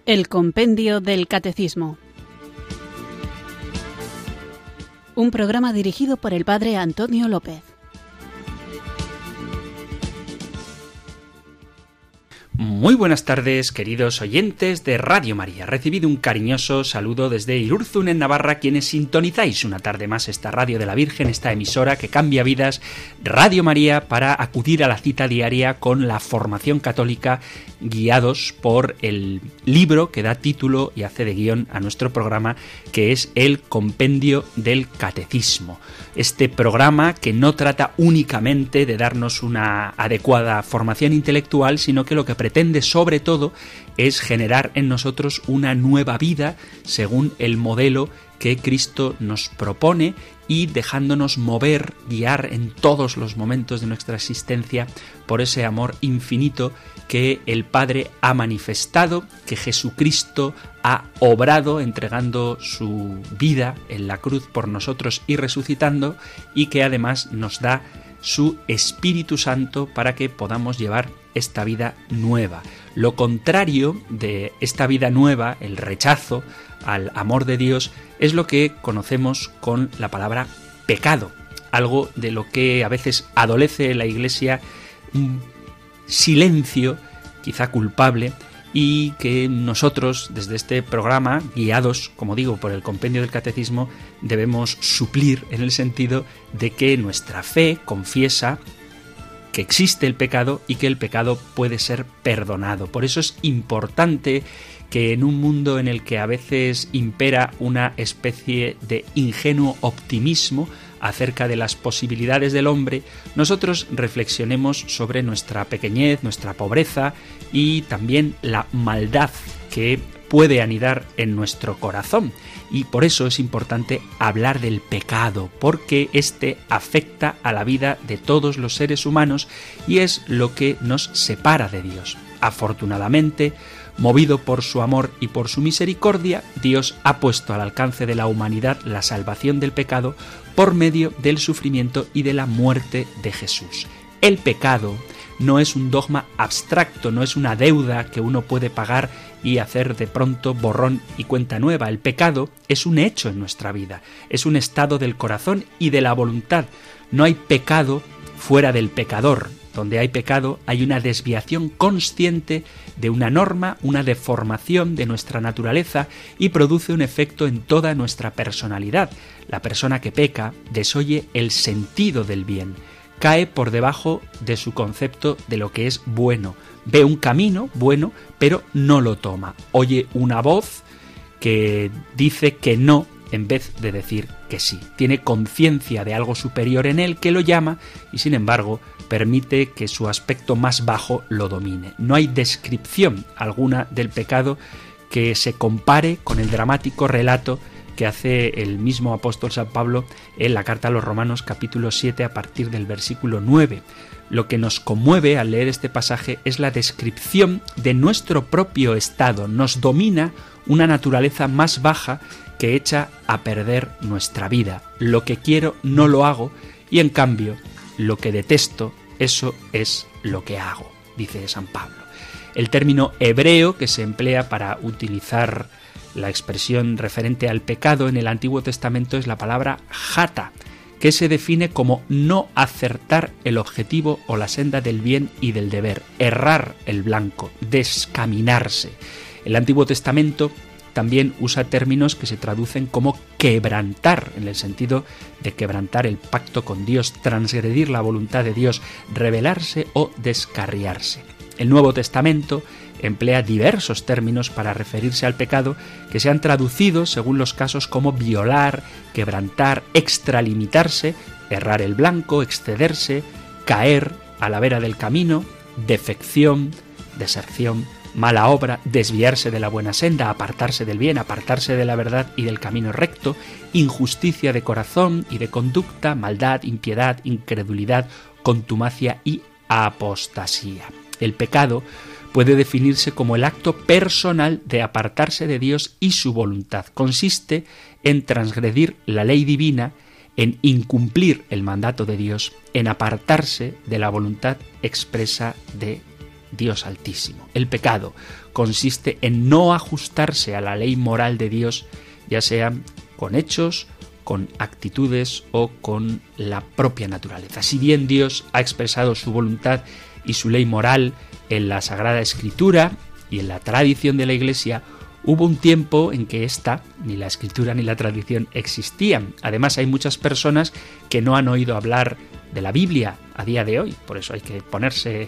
El Compendio del Catecismo. Un programa dirigido por el Padre Antonio López. Muy buenas tardes, queridos oyentes de Radio María. Recibido un cariñoso saludo desde Irurzun, en Navarra, quienes sintonizáis una tarde más esta Radio de la Virgen, esta emisora que cambia vidas, Radio María, para acudir a la cita diaria con la formación católica, guiados por el libro que da título y hace de guión a nuestro programa, que es El Compendio del Catecismo. Este programa que no trata únicamente de darnos una adecuada formación intelectual, sino que lo que pretende sobre todo es generar en nosotros una nueva vida según el modelo que Cristo nos propone y dejándonos mover, guiar en todos los momentos de nuestra existencia por ese amor infinito que el Padre ha manifestado, que Jesucristo ha obrado entregando su vida en la cruz por nosotros y resucitando, y que además nos da su Espíritu Santo para que podamos llevar esta vida nueva. Lo contrario de esta vida nueva, el rechazo al amor de Dios, es lo que conocemos con la palabra pecado, algo de lo que a veces adolece la Iglesia un silencio, quizá culpable, y que nosotros, desde este programa, guiados, como digo, por el Compendio del Catecismo, debemos suplir, en el sentido de que nuestra fe confiesa que existe el pecado y que el pecado puede ser perdonado. Por eso es importante que en un mundo en el que a veces impera una especie de ingenuo optimismo acerca de las posibilidades del hombre, nosotros reflexionemos sobre nuestra pequeñez, nuestra pobreza y también la maldad que puede anidar en nuestro corazón. Y por eso es importante hablar del pecado, porque este afecta a la vida de todos los seres humanos y es lo que nos separa de Dios. Afortunadamente, movido por su amor y por su misericordia, Dios ha puesto al alcance de la humanidad la salvación del pecado por medio del sufrimiento y de la muerte de Jesús. El pecado no es un dogma abstracto, no es una deuda que uno puede pagar y hacer de pronto borrón y cuenta nueva. El pecado es un hecho en nuestra vida, es un estado del corazón y de la voluntad. No hay pecado fuera del pecador. Donde hay pecado hay una desviación consciente de una norma, una deformación de nuestra naturaleza y produce un efecto en toda nuestra personalidad. La persona que peca desoye el sentido del bien, cae por debajo de su concepto de lo que es bueno, ve un camino bueno pero no lo toma, oye una voz que dice que no en vez de decir que sí, tiene conciencia de algo superior en él que lo llama y sin embargo permite que su aspecto más bajo lo domine. No hay descripción alguna del pecado que se compare con el dramático relato que hace el mismo apóstol San Pablo en la carta a los Romanos capítulo 7 a partir del versículo 9. Lo que nos conmueve al leer este pasaje es la descripción de nuestro propio estado. Nos domina una naturaleza más baja que echa a perder nuestra vida. Lo que quiero no lo hago y en cambio lo que detesto, eso es lo que hago, dice San Pablo. El término hebreo que se emplea para utilizar la expresión referente al pecado en el Antiguo Testamento es la palabra jata, que se define como no acertar el objetivo o la senda del bien y del deber, errar el blanco, descaminarse. El Antiguo Testamento también usa términos que se traducen como quebrantar, en el sentido de quebrantar el pacto con Dios, transgredir la voluntad de Dios, rebelarse o descarriarse. El Nuevo Testamento emplea diversos términos para referirse al pecado que se han traducido según los casos como violar, quebrantar, extralimitarse, errar el blanco, excederse, caer a la vera del camino, defección, deserción, mala obra, desviarse de la buena senda, apartarse del bien, apartarse de la verdad y del camino recto, injusticia de corazón y de conducta, maldad, impiedad, incredulidad, contumacia y apostasía. El pecado puede definirse como el acto personal de apartarse de Dios y su voluntad. Consiste en transgredir la ley divina, en incumplir el mandato de Dios, en apartarse de la voluntad expresa de Dios Altísimo. El pecado consiste en no ajustarse a la ley moral de Dios, ya sean con hechos, con actitudes o con la propia naturaleza. Si bien Dios ha expresado su voluntad y su ley moral en la Sagrada Escritura y en la tradición de la Iglesia, hubo un tiempo en que ni la Escritura ni la tradición existían. Además, hay muchas personas que no han oído hablar de la Biblia a día de hoy, por eso hay que ponerse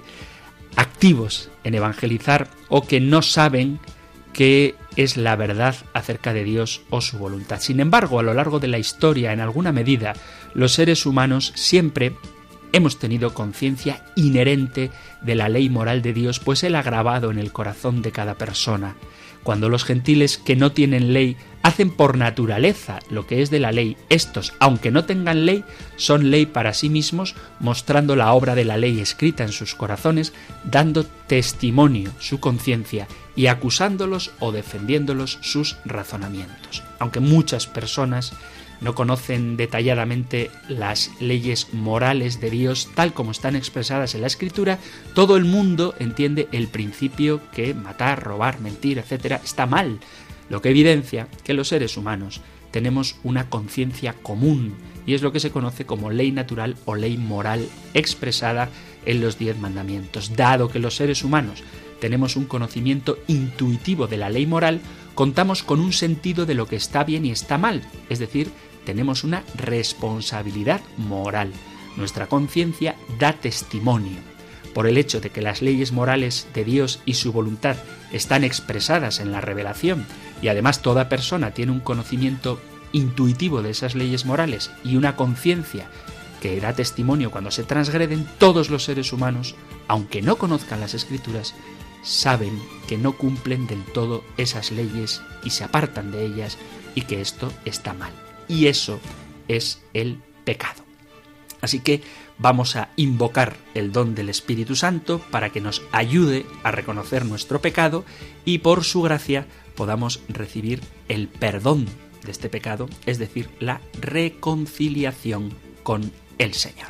activos en evangelizar, o que no saben qué es la verdad acerca de Dios o su voluntad. Sin embargo, a lo largo de la historia, en alguna medida, los seres humanos siempre hemos tenido conciencia inherente de la ley moral de Dios, pues Él ha grabado en el corazón de cada persona. Cuando los gentiles que no tienen ley hacen por naturaleza lo que es de la ley, estos, aunque no tengan ley, son ley para sí mismos, mostrando la obra de la ley escrita en sus corazones, dando testimonio su conciencia y acusándolos o defendiéndolos sus razonamientos. Aunque muchas personas no conocen detalladamente las leyes morales de Dios tal como están expresadas en la Escritura, todo el mundo entiende el principio que matar, robar, mentir, etc. está mal, lo que evidencia que los seres humanos tenemos una conciencia común y es lo que se conoce como ley natural o ley moral expresada en los 10 mandamientos. Dado que los seres humanos tenemos un conocimiento intuitivo de la ley moral, contamos con un sentido de lo que está bien y está mal, es decir, tenemos una responsabilidad moral. Nuestra conciencia da testimonio. Por el hecho de que las leyes morales de Dios y su voluntad están expresadas en la revelación y además toda persona tiene un conocimiento intuitivo de esas leyes morales y una conciencia que da testimonio cuando se transgreden, todos los seres humanos, aunque no conozcan las Escrituras, saben que no cumplen del todo esas leyes y se apartan de ellas y que esto está mal. Y eso es el pecado. Así que vamos a invocar el don del Espíritu Santo para que nos ayude a reconocer nuestro pecado y por su gracia podamos recibir el perdón de este pecado, es decir, la reconciliación con el Señor.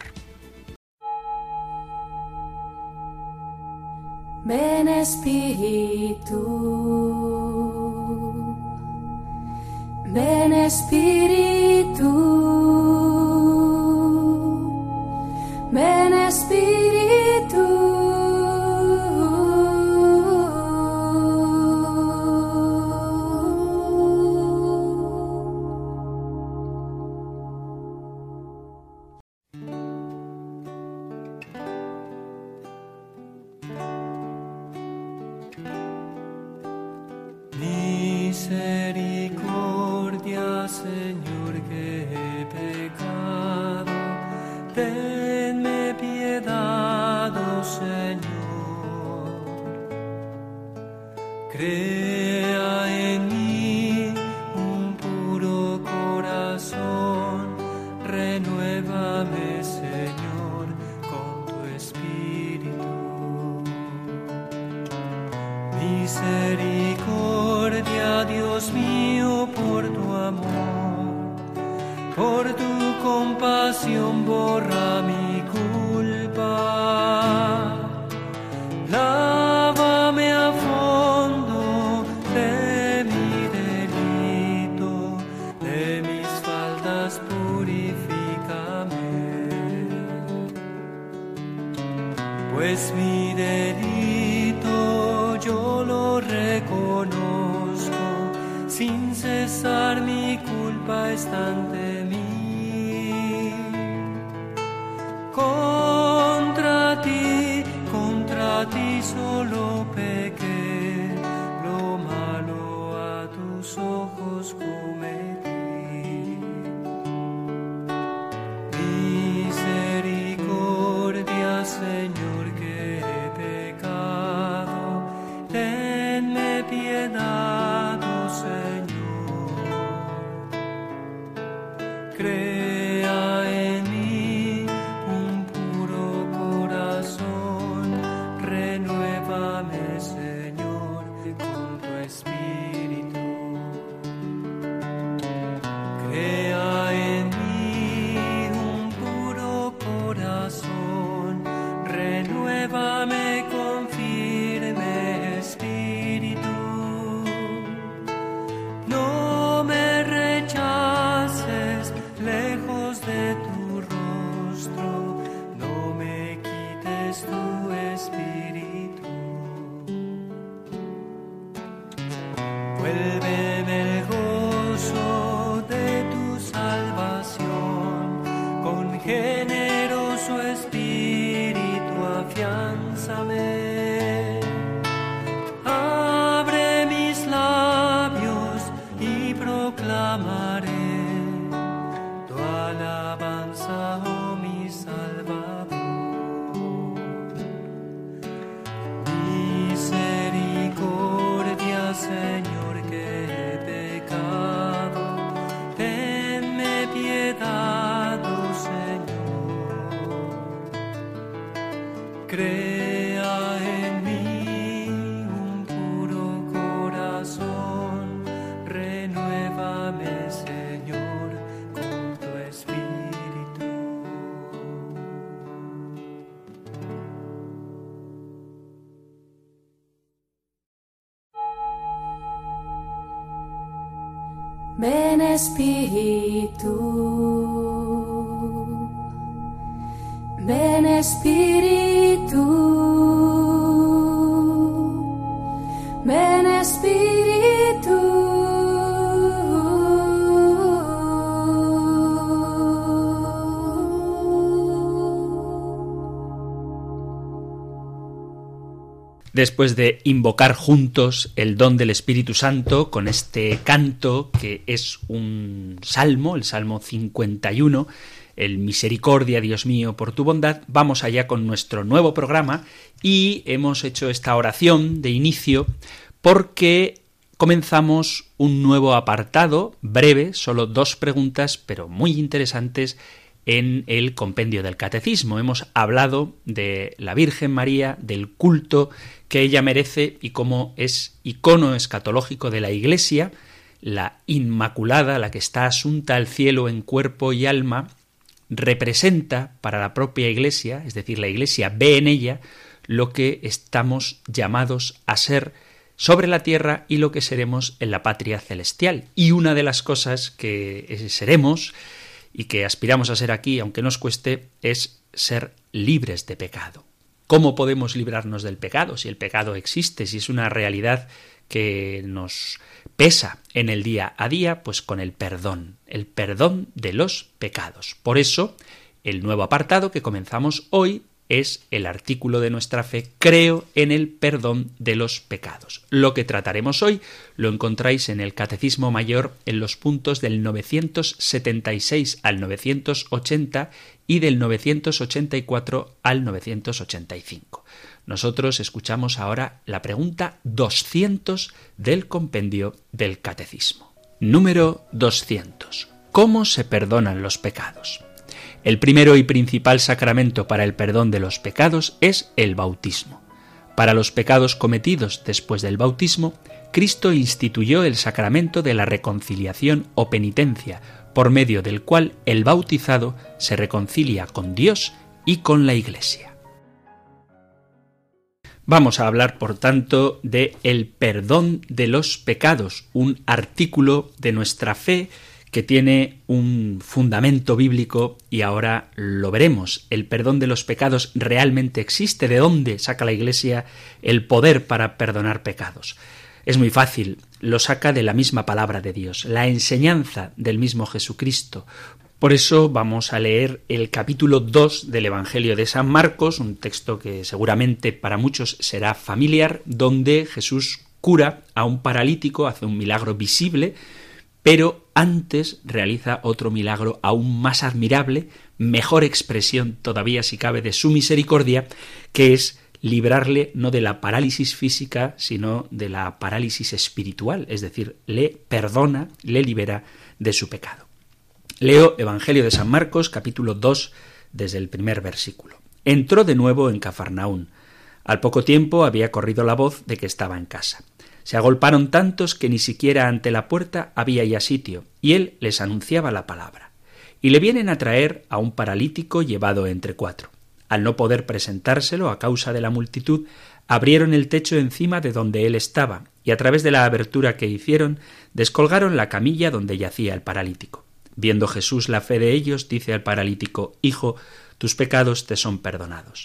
Ven Espíritu, ven Espíritu, ven Espíritu. Misericordia, Señor, que he pecado, tenme piedad, oh Señor. Crea en mí un puro corazón, renuévame, Señor, con tu Espíritu. Misericordia, Dios mío, por tu amor, por tu compasión borra mi culpa. Lávame a fondo de mi delito, de mis faltas purifícame. Pues mi delito yo lo reconozco, sin cesar mi culpa está ante mí. Contra ti solo pequé, lo malo a tus ojos cometí. Misericordia, Señor, que he pecado, tenme piedad, oh Señor. Crea en mí un puro Espíritu. Vuélveme el gozo de tu salvación, con generoso espíritu afiánzame. Abre mis labios y proclamaré tu alabanza, oh mi Salvador. Misericordia, Señor, que he pecado, tenme piedad, oh Señor. Crea en mí un puro corazón, renuévame, Señor, con tu Espíritu. Ven Espíritu, ven Espíritu, ven Espíritu. Después de invocar juntos el don del Espíritu Santo con este canto que es un salmo, el Salmo 51, el Misericordia, Dios mío, por tu bondad, vamos allá con nuestro nuevo programa y hemos hecho esta oración de inicio porque comenzamos un nuevo apartado breve, solo 2 preguntas, pero muy interesantes en el compendio del Catecismo. Hemos hablado de la Virgen María, del culto que ella merece y cómo es icono escatológico de la Iglesia, la Inmaculada, la que está asunta al cielo en cuerpo y alma, representa para la propia Iglesia, es decir, la Iglesia ve en ella lo que estamos llamados a ser sobre la tierra y lo que seremos en la patria celestial. Y una de las cosas que seremos y que aspiramos a ser aquí, aunque nos cueste, es ser libres de pecado. ¿Cómo podemos librarnos del pecado? Si el pecado existe, si es una realidad que nos pesa en el día a día, pues con el perdón de los pecados. Por eso, el nuevo apartado que comenzamos hoy es el artículo de nuestra fe, creo en el perdón de los pecados. Lo que trataremos hoy lo encontráis en el Catecismo Mayor en los puntos del 976 al 980 y del 984 al 985. Nosotros escuchamos ahora la pregunta 200 del compendio del Catecismo. Número 200. ¿Cómo se perdonan los pecados? El primero y principal sacramento para el perdón de los pecados es el bautismo. Para los pecados cometidos después del bautismo, Cristo instituyó el sacramento de la reconciliación o penitencia, por medio del cual el bautizado se reconcilia con Dios y con la Iglesia. Vamos a hablar, por tanto, de el perdón de los pecados, un artículo de nuestra fe que tiene un fundamento bíblico y ahora lo veremos. ¿El perdón de los pecados realmente existe? ¿De dónde saca la Iglesia el poder para perdonar pecados? Es muy fácil, lo saca de la misma palabra de Dios, la enseñanza del mismo Jesucristo. Por eso vamos a leer el capítulo 2 del Evangelio de San Marcos, un texto que seguramente para muchos será familiar, donde Jesús cura a un paralítico, hace un milagro visible, pero antes realiza otro milagro aún más admirable, mejor expresión todavía si cabe de su misericordia, que es librarle no de la parálisis física, sino de la parálisis espiritual, es decir, le perdona, le libera de su pecado. Leo Evangelio de San Marcos, capítulo 2, desde el primer versículo. Entró de nuevo en Cafarnaún. Al poco tiempo había corrido la voz de que estaba en casa. Se agolparon tantos que ni siquiera ante la puerta había ya sitio, y él les anunciaba la palabra. Y le vienen a traer a un paralítico llevado entre 4. Al no poder presentárselo a causa de la multitud, abrieron el techo encima de donde él estaba, y a través de la abertura que hicieron, descolgaron la camilla donde yacía el paralítico. Viendo Jesús la fe de ellos, dice al paralítico: Hijo, tus pecados te son perdonados.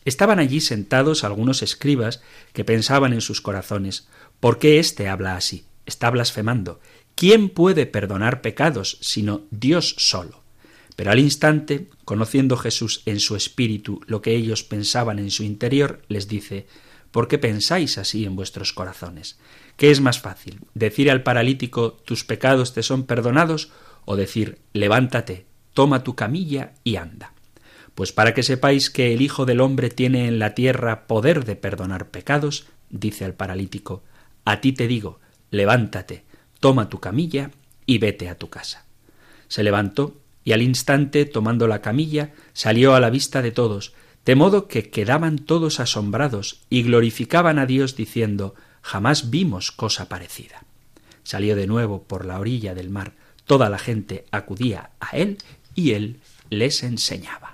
Estaban allí sentados algunos escribas que pensaban en sus corazones: ¿por qué éste habla así? Está blasfemando. ¿Quién puede perdonar pecados sino Dios solo? Pero al instante, conociendo Jesús en su espíritu lo que ellos pensaban en su interior, les dice: ¿por qué pensáis así en vuestros corazones? ¿Qué es más fácil, decir al paralítico: tus pecados te son perdonados, o decir: levántate, toma tu camilla y anda? Pues para que sepáis que el Hijo del Hombre tiene en la tierra poder de perdonar pecados, dice al paralítico: a ti te digo, levántate, toma tu camilla y vete a tu casa. Se levantó y al instante, tomando la camilla, salió a la vista de todos, de modo que quedaban todos asombrados y glorificaban a Dios diciendo: jamás vimos cosa parecida. Salió de nuevo por la orilla del mar, toda la gente acudía a él y él les enseñaba.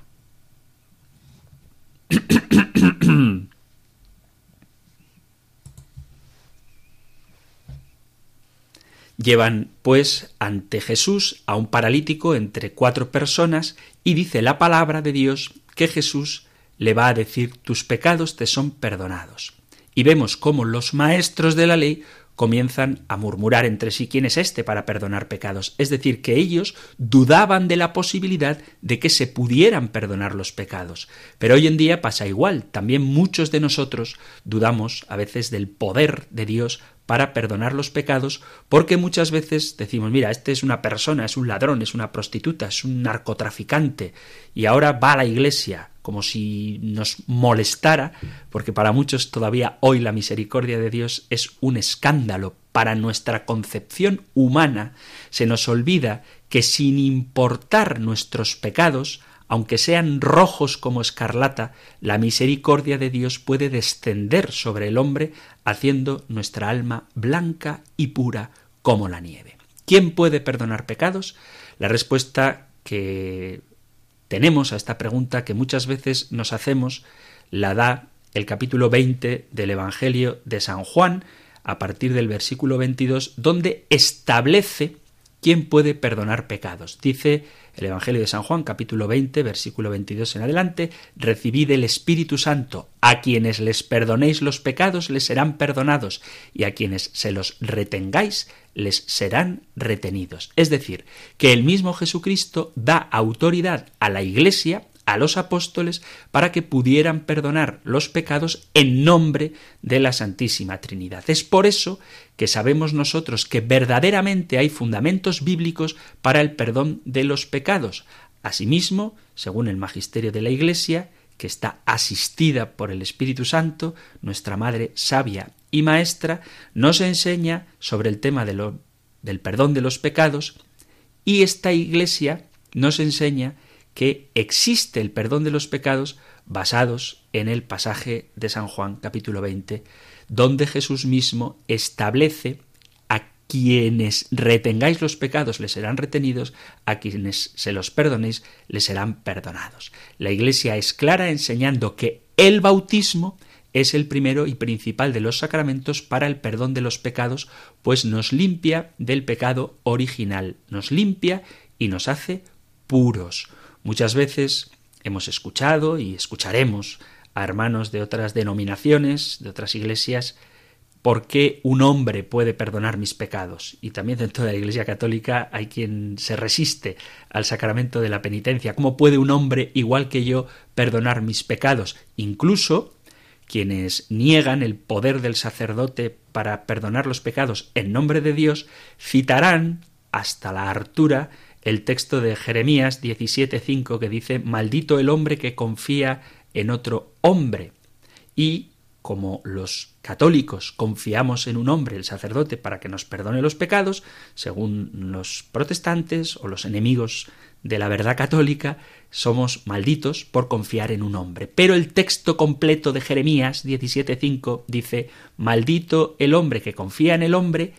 Llevan, pues, ante Jesús a un paralítico entre 4 personas y dice la palabra de Dios que Jesús le va a decir: tus pecados te son perdonados. Y vemos cómo los maestros de la ley comienzan a murmurar entre sí: ¿quién es este para perdonar pecados? Es decir, que ellos dudaban de la posibilidad de que se pudieran perdonar los pecados. Pero hoy en día pasa igual. También muchos de nosotros dudamos a veces del poder de Dios para perdonar los pecados, porque muchas veces decimos: mira, este es una persona, es un ladrón, es una prostituta, es un narcotraficante, y ahora va a la iglesia, como si nos molestara, porque para muchos todavía hoy la misericordia de Dios es un escándalo. Para nuestra concepción humana se nos olvida que sin importar nuestros pecados, aunque sean rojos como escarlata, la misericordia de Dios puede descender sobre el hombre, haciendo nuestra alma blanca y pura como la nieve. ¿Quién puede perdonar pecados? La respuesta que tenemos a esta pregunta, que muchas veces nos hacemos, la da el capítulo 20 del Evangelio de San Juan, a partir del versículo 22, donde establece quién puede perdonar pecados. Dice el Evangelio de San Juan, capítulo 20, versículo 22 en adelante: recibid el Espíritu Santo, a quienes les perdonéis los pecados les serán perdonados, y a quienes se los retengáis les serán retenidos. Es decir, que el mismo Jesucristo da autoridad a la Iglesia, a los apóstoles, para que pudieran perdonar los pecados en nombre de la Santísima Trinidad. Es por eso que sabemos nosotros que verdaderamente hay fundamentos bíblicos para el perdón de los pecados. Asimismo, según el magisterio de la Iglesia, que está asistida por el Espíritu Santo, nuestra Madre sabia y maestra nos enseña sobre el tema del perdón de los pecados, y esta Iglesia nos enseña que existe el perdón de los pecados basados en el pasaje de San Juan, capítulo 20, donde Jesús mismo establece: a quienes retengáis los pecados les serán retenidos, a quienes se los perdonéis les serán perdonados. La Iglesia es clara enseñando que el bautismo es el primero y principal de los sacramentos para el perdón de los pecados, pues nos limpia del pecado original, nos limpia y nos hace puros. Muchas veces hemos escuchado y escucharemos a hermanos de otras denominaciones, de otras iglesias: ¿por qué un hombre puede perdonar mis pecados? Y también dentro de la Iglesia Católica hay quien se resiste al sacramento de la penitencia. ¿Cómo puede un hombre igual que yo perdonar mis pecados? Incluso quienes niegan el poder del sacerdote para perdonar los pecados en nombre de Dios citarán hasta la hartura el texto de Jeremías 17:5, que dice: maldito el hombre que confía en otro hombre. Y como los católicos confiamos en un hombre, el sacerdote, para que nos perdone los pecados, según los protestantes o los enemigos de la verdad católica, somos malditos por confiar en un hombre. Pero el texto completo de Jeremías 17:5 dice: maldito el hombre que confía en el hombre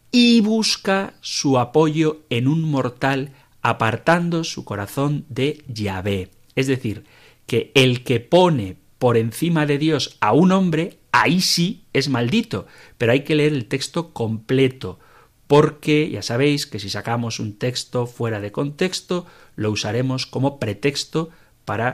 y busca su apoyo en un mortal, apartando su corazón de Yahvé. Es decir, que el que pone por encima de Dios a un hombre, ahí sí es maldito. Pero hay que leer el texto completo, porque ya sabéis que si sacamos un texto fuera de contexto, lo usaremos como pretexto para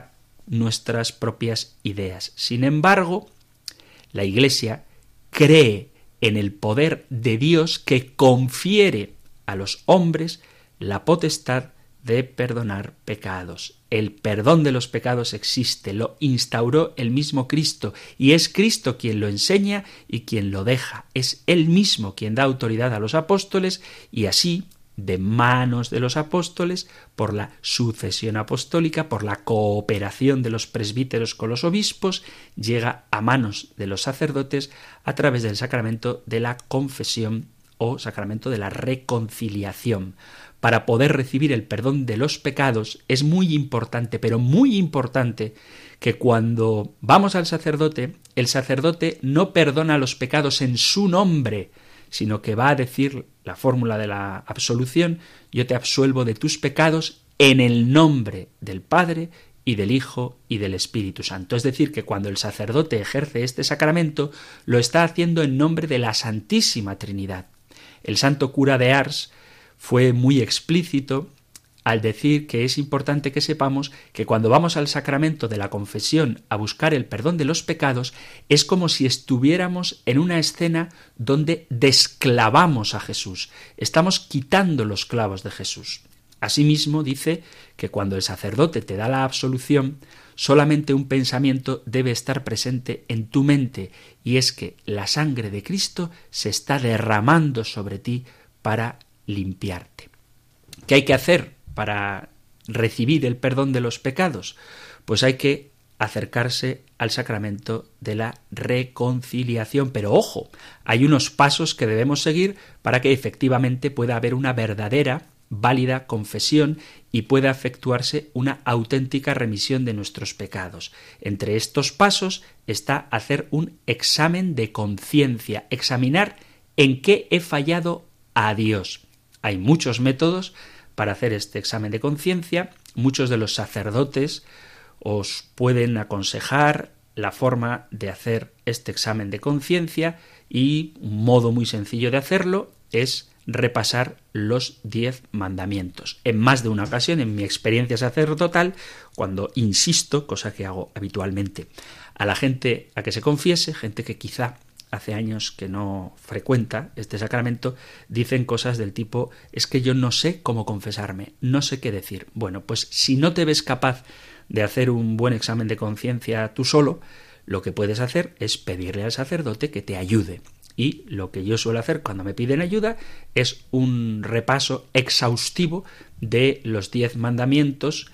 nuestras propias ideas. Sin embargo, la Iglesia cree en el poder de Dios que confiere a los hombres la potestad de perdonar pecados. El perdón de los pecados existe, lo instauró el mismo Cristo, y es Cristo quien lo enseña y quien lo deja. Es Él mismo quien da autoridad a los apóstoles, y así, de manos de los apóstoles, por la sucesión apostólica, por la cooperación de los presbíteros con los obispos, llega a manos de los sacerdotes a través del sacramento de la confesión o sacramento de la reconciliación. Para poder recibir el perdón de los pecados es muy importante, pero muy importante, que cuando vamos al sacerdote, el sacerdote no perdona los pecados en su nombre, sino que va a decir la fórmula de la absolución: yo te absuelvo de tus pecados en el nombre del Padre y del Hijo y del Espíritu Santo. Es decir, que cuando el sacerdote ejerce este sacramento, lo está haciendo en nombre de la Santísima Trinidad. El santo cura de Ars fue muy explícito al decir que es importante que sepamos que cuando vamos al sacramento de la confesión a buscar el perdón de los pecados, es como si estuviéramos en una escena donde desclavamos a Jesús. Estamos quitando los clavos de Jesús. Asimismo, dice que cuando el sacerdote te da la absolución, solamente un pensamiento debe estar presente en tu mente, y es que la sangre de Cristo se está derramando sobre ti para limpiarte. ¿Qué hay que hacer para recibir el perdón de los pecados? Pues hay que acercarse al sacramento de la reconciliación. Pero ojo, hay unos pasos que debemos seguir para que efectivamente pueda haber una verdadera, válida confesión y pueda efectuarse una auténtica remisión de nuestros pecados. Entre estos pasos está hacer un examen de conciencia, examinar en qué he fallado a Dios. Hay muchos métodos para hacer este examen de conciencia. Muchos de los sacerdotes os pueden aconsejar la forma de hacer este examen de conciencia, y un modo muy sencillo de hacerlo es repasar los 10 mandamientos. En más de una ocasión, en mi experiencia sacerdotal, cuando insisto, cosa que hago habitualmente, a la gente a que se confiese, gente que quizá hace años que no frecuenta este sacramento, dicen cosas del tipo: es que yo no sé cómo confesarme, no sé qué decir. Bueno, pues si no te ves capaz de hacer un buen examen de conciencia tú solo, lo que puedes hacer es pedirle al sacerdote que te ayude. Y lo que yo suelo hacer cuando me piden ayuda es un repaso exhaustivo de los 10 mandamientos,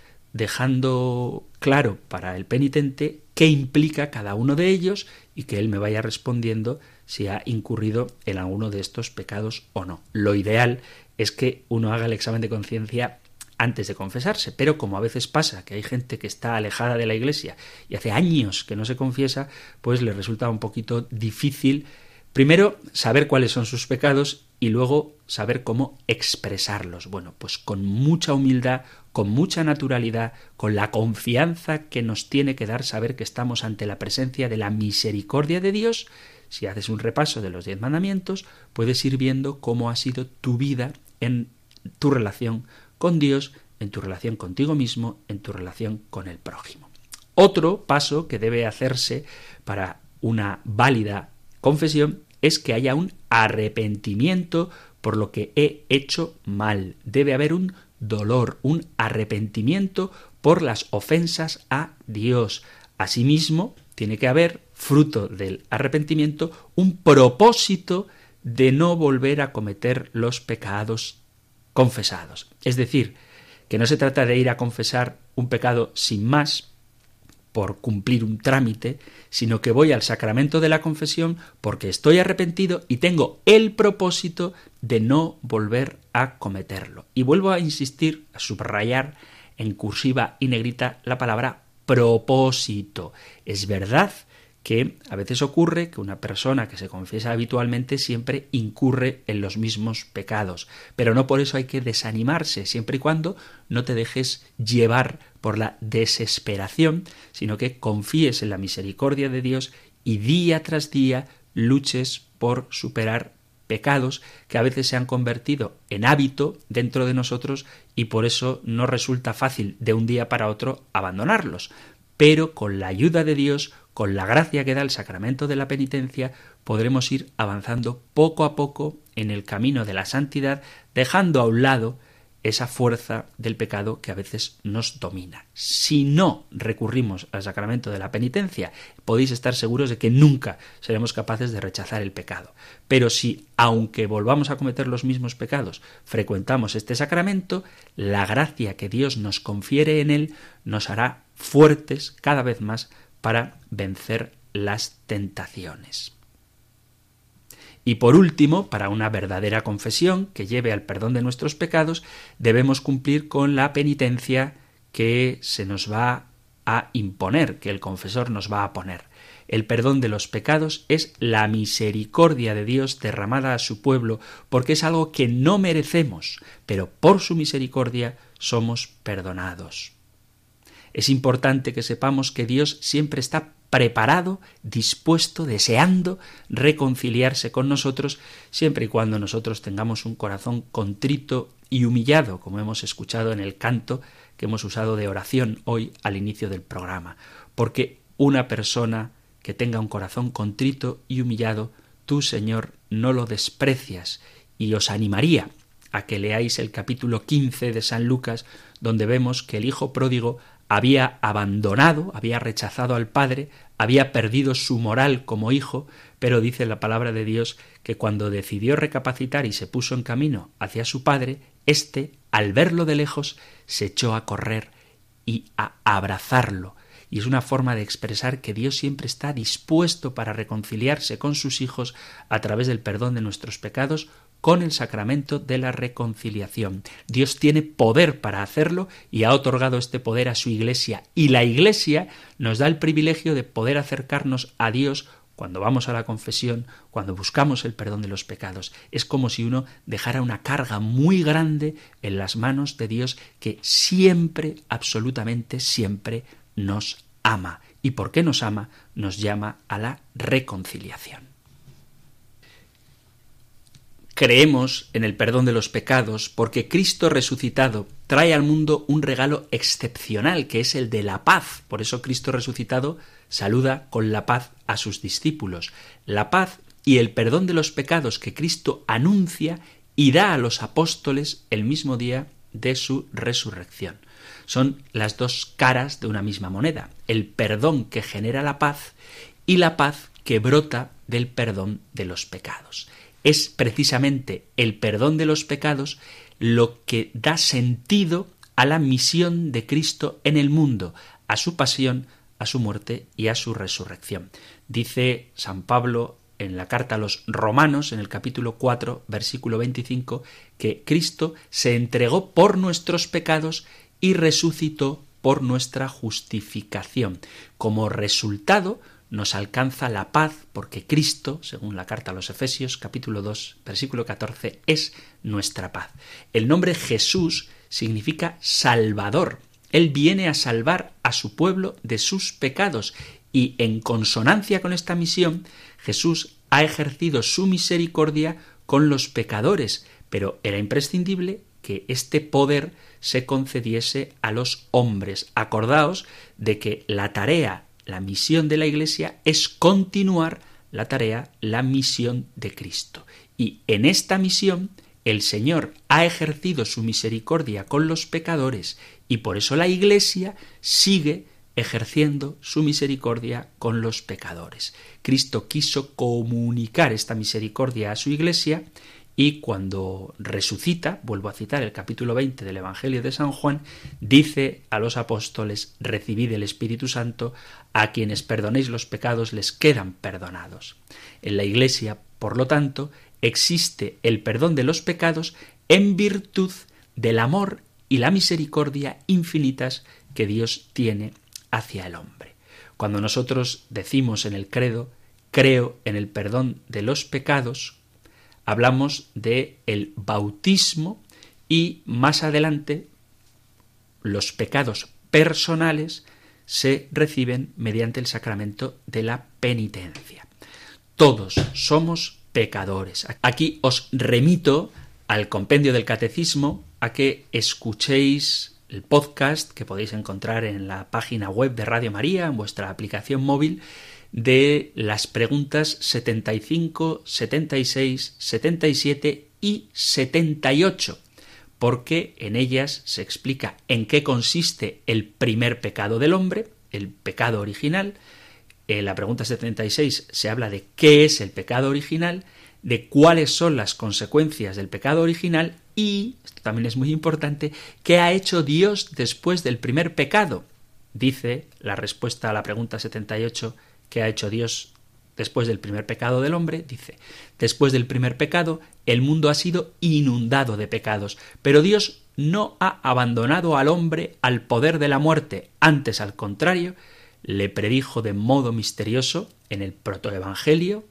dejando claro para el penitente qué implica cada uno de ellos y que él me vaya respondiendo si ha incurrido en alguno de estos pecados o no. Lo ideal es que uno haga el examen de conciencia antes de confesarse, pero como a veces pasa que hay gente que está alejada de la Iglesia y hace años que no se confiesa, pues le resulta un poquito difícil primero saber cuáles son sus pecados y luego saber cómo expresarlos. Bueno, pues con mucha humildad, con mucha naturalidad, con la confianza que nos tiene que dar saber que estamos ante la presencia de la misericordia de Dios. Si haces un repaso de los 10 mandamientos, puedes ir viendo cómo ha sido tu vida en tu relación con Dios, en tu relación contigo mismo, en tu relación con el prójimo. Otro paso que debe hacerse para una válida confesión es que haya un arrepentimiento por lo que he hecho mal. Debe haber un dolor, un arrepentimiento por las ofensas a Dios. Asimismo, tiene que haber, fruto del arrepentimiento, un propósito de no volver a cometer los pecados confesados. Es decir, que no se trata de ir a confesar un pecado sin más, por cumplir un trámite, sino que voy al sacramento de la confesión porque estoy arrepentido y tengo el propósito de no volver a cometerlo. Y vuelvo a insistir, a subrayar en cursiva y negrita la palabra propósito. Es verdad que a veces ocurre que una persona que se confiesa habitualmente siempre incurre en los mismos pecados, pero no por eso hay que desanimarse, siempre y cuando no te dejes llevar por la desesperación, sino que confíes en la misericordia de Dios y día tras día luches por superar pecados que a veces se han convertido en hábito dentro de nosotros y por eso no resulta fácil de un día para otro abandonarlos. pero con la ayuda de Dios, con la gracia que da el sacramento de la penitencia, podremos ir avanzando poco a poco en el camino de la santidad, dejando a un lado esa fuerza del pecado que a veces nos domina. Si no recurrimos al sacramento de la penitencia, podéis estar seguros de que nunca seremos capaces de rechazar el pecado. Pero si, aunque volvamos a cometer los mismos pecados, frecuentamos este sacramento, la gracia que Dios nos confiere en él nos hará fuertes cada vez más para vencer las tentaciones. Y por último, para una verdadera confesión que lleve al perdón de nuestros pecados, debemos cumplir con la penitencia que se nos va a imponer, que el confesor nos va a poner. El perdón de los pecados es la misericordia de Dios derramada a su pueblo, porque es algo que no merecemos, pero por su misericordia somos perdonados. Es importante que sepamos que Dios siempre está preparado, dispuesto, deseando reconciliarse con nosotros, siempre y cuando nosotros tengamos un corazón contrito y humillado, como hemos escuchado en el canto que hemos usado de oración hoy al inicio del programa. Porque una persona que tenga un corazón contrito y humillado, tú, Señor, no lo desprecias, y os animaría a que leáis el capítulo 15 de San Lucas, donde vemos que el hijo pródigo había abandonado, había rechazado al padre, había perdido su moral como hijo, pero dice la palabra de Dios que cuando decidió recapacitar y se puso en camino hacia su padre, éste, al verlo de lejos, se echó a correr y a abrazarlo. Y es una forma de expresar que Dios siempre está dispuesto para reconciliarse con sus hijos a través del perdón de nuestros pecados, con el sacramento de la reconciliación. Dios tiene poder para hacerlo y ha otorgado este poder a su Iglesia. Y la Iglesia nos da el privilegio de poder acercarnos a Dios cuando vamos a la confesión, cuando buscamos el perdón de los pecados. Es como si uno dejara una carga muy grande en las manos de Dios, que siempre, absolutamente siempre, nos ama. ¿Y por qué nos ama? Nos llama a la reconciliación. Creemos en el perdón de los pecados porque Cristo resucitado trae al mundo un regalo excepcional, que es el de la paz. Por eso Cristo resucitado saluda con la paz a sus discípulos. La paz y el perdón de los pecados que Cristo anuncia y da a los apóstoles el mismo día de su resurrección. Son las dos caras de una misma moneda: el perdón que genera la paz y la paz que brota del perdón de los pecados. Es precisamente el perdón de los pecados lo que da sentido a la misión de Cristo en el mundo, a su pasión, a su muerte y a su resurrección. Dice San Pablo en la carta a los Romanos, en el capítulo 4, versículo 25, que Cristo se entregó por nuestros pecados y resucitó por nuestra justificación. Como resultado, nos alcanza la paz, porque Cristo, según la carta a los Efesios, capítulo 2, versículo 14, es nuestra paz. El nombre Jesús significa Salvador. Él viene a salvar a su pueblo de sus pecados, y en consonancia con esta misión, Jesús ha ejercido su misericordia con los pecadores, pero era imprescindible que este poder se concediese a los hombres. Acordaos de que la tarea, la misión de la Iglesia es continuar la tarea, la misión de Cristo. Y en esta misión el Señor ha ejercido su misericordia con los pecadores, y por eso la Iglesia sigue ejerciendo su misericordia con los pecadores. Cristo quiso comunicar esta misericordia a su Iglesia, y cuando resucita, vuelvo a citar el capítulo 20 del Evangelio de San Juan, dice a los apóstoles: recibid el Espíritu Santo, a quienes perdonéis los pecados les quedan perdonados. En la Iglesia, por lo tanto, existe el perdón de los pecados en virtud del amor y la misericordia infinitas que Dios tiene hacia el hombre. Cuando nosotros decimos en el credo: creo en el perdón de los pecados, hablamos de el bautismo, y más adelante los pecados personales se reciben mediante el sacramento de la penitencia. Todos somos pecadores. Aquí os remito al compendio del Catecismo a que escuchéis el podcast que podéis encontrar en la página web de Radio María, en vuestra aplicación móvil, de las preguntas 75, 76, 77 y 78, porque en ellas se explica en qué consiste el primer pecado del hombre, el pecado original. En la pregunta 76 se habla de qué es el pecado original, de cuáles son las consecuencias del pecado original y, esto también es muy importante, qué ha hecho Dios después del primer pecado. Dice la respuesta a la pregunta 78, ¿qué ha hecho Dios después del primer pecado del hombre? Dice, después del primer pecado, el mundo ha sido inundado de pecados, pero Dios no ha abandonado al hombre al poder de la muerte, antes al contrario, le predijo de modo misterioso en el protoevangelio,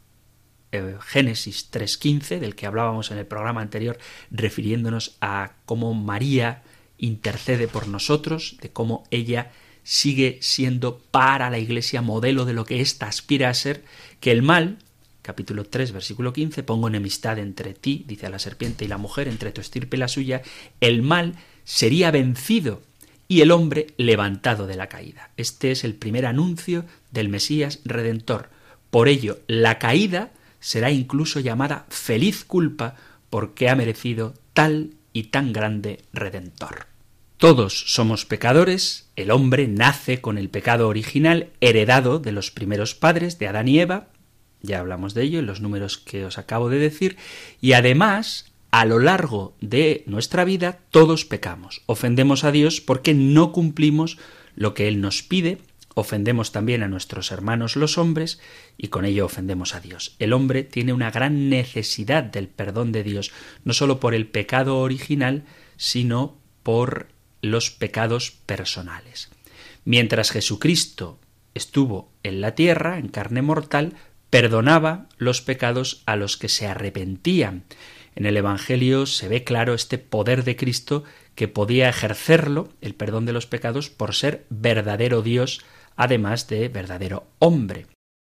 Génesis 3:15, del que hablábamos en el programa anterior, refiriéndonos a cómo María intercede por nosotros, de cómo ella sigue siendo para la Iglesia modelo de lo que ésta aspira a ser, que el mal, capítulo 3, versículo 15, pongo enemistad entre ti, dice a la serpiente y la mujer, entre tu estirpe y la suya, el mal sería vencido y el hombre levantado de la caída. Este es el primer anuncio del Mesías Redentor. Por ello, la caída será incluso llamada feliz culpa porque ha merecido tal y tan grande Redentor. Todos somos pecadores, el hombre nace con el pecado original heredado de los primeros padres, de Adán y Eva, ya hablamos de ello en los números que os acabo de decir, y además, a lo largo de nuestra vida, todos pecamos, ofendemos a Dios porque no cumplimos lo que Él nos pide, ofendemos también a nuestros hermanos los hombres y con ello ofendemos a Dios. El hombre tiene una gran necesidad del perdón de Dios, no solo por el pecado original, sino por los pecados personales. Mientras Jesucristo estuvo en la tierra, en carne mortal, perdonaba los pecados a los que se arrepentían. En el Evangelio se ve claro este poder de Cristo que podía ejercerlo, el perdón de los pecados, por ser verdadero Dios, además de verdadero hombre.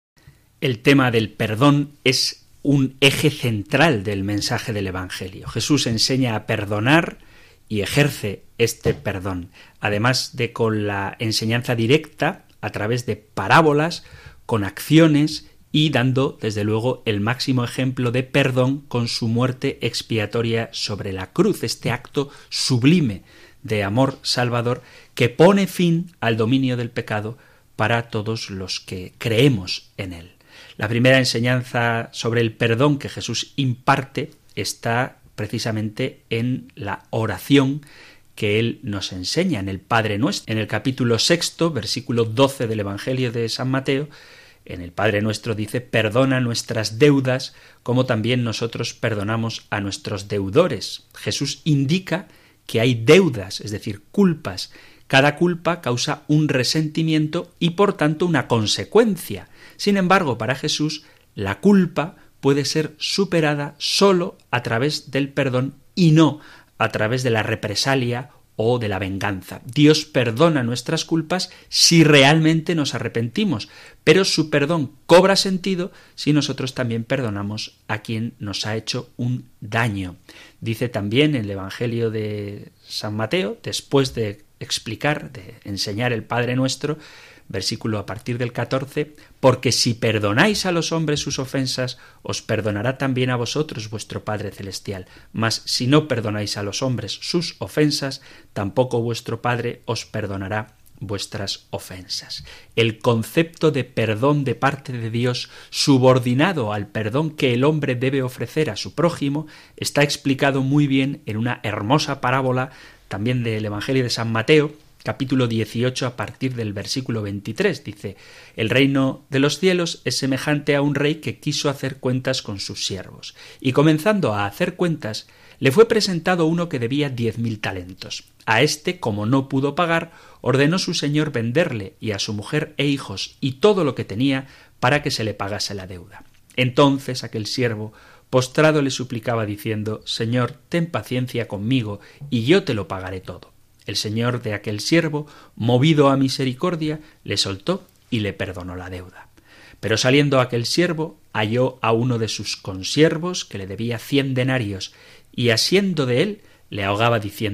El tema del perdón es un eje central del mensaje del Evangelio. Jesús enseña a perdonar y ejerce este perdón, además de con la enseñanza directa, a través de parábolas, con acciones y dando, desde luego, el máximo ejemplo de perdón con su muerte expiatoria sobre la cruz, este acto sublime de amor salvador que pone fin al dominio del pecado para todos los que creemos en él. La primera enseñanza sobre el perdón que Jesús imparte está precisamente en la oración que Él nos enseña en el Padre Nuestro. En el capítulo 6, versículo 12 del Evangelio de San Mateo, en el Padre Nuestro dice, perdona nuestras deudas como también nosotros perdonamos a nuestros deudores. Jesús indica que hay deudas, es decir, culpas. Cada culpa causa un resentimiento y por tanto una consecuencia. Sin embargo, para Jesús, la culpa puede ser superada solo a través del perdón y no a través de la represalia o de la venganza. Dios perdona nuestras culpas si realmente nos arrepentimos, pero su perdón cobra sentido si nosotros también perdonamos a quien nos ha hecho un daño. Dice también en el Evangelio de San Mateo, después de explicar, de enseñar el Padre Nuestro, versículo a partir del 14, porque si perdonáis a los hombres sus ofensas, os perdonará también a vosotros vuestro Padre Celestial. Mas si no perdonáis a los hombres sus ofensas, tampoco vuestro Padre os perdonará vuestras ofensas. El concepto de perdón de parte de Dios, subordinado al perdón que el hombre debe ofrecer a su prójimo, está explicado muy bien en una hermosa parábola también del Evangelio de San Mateo, capítulo 18, a partir del versículo 23, dice, el reino de los cielos es semejante a un rey que quiso hacer cuentas con sus siervos, y comenzando a hacer cuentas, le fue presentado uno que debía 10.000 talentos. A éste, como no pudo pagar, ordenó su señor venderle y a su mujer e hijos y todo lo que tenía para que se le pagase la deuda. Entonces aquel siervo, postrado, le suplicaba diciendo, Señor, ten paciencia conmigo y yo te lo pagaré todo. El señor de aquel siervo, movido a misericordia, le soltó y le perdonó la deuda. Pero saliendo aquel siervo, halló a uno de sus consiervos que le debía 100 denarios, y asiendo de él, le ahogaba diciendo,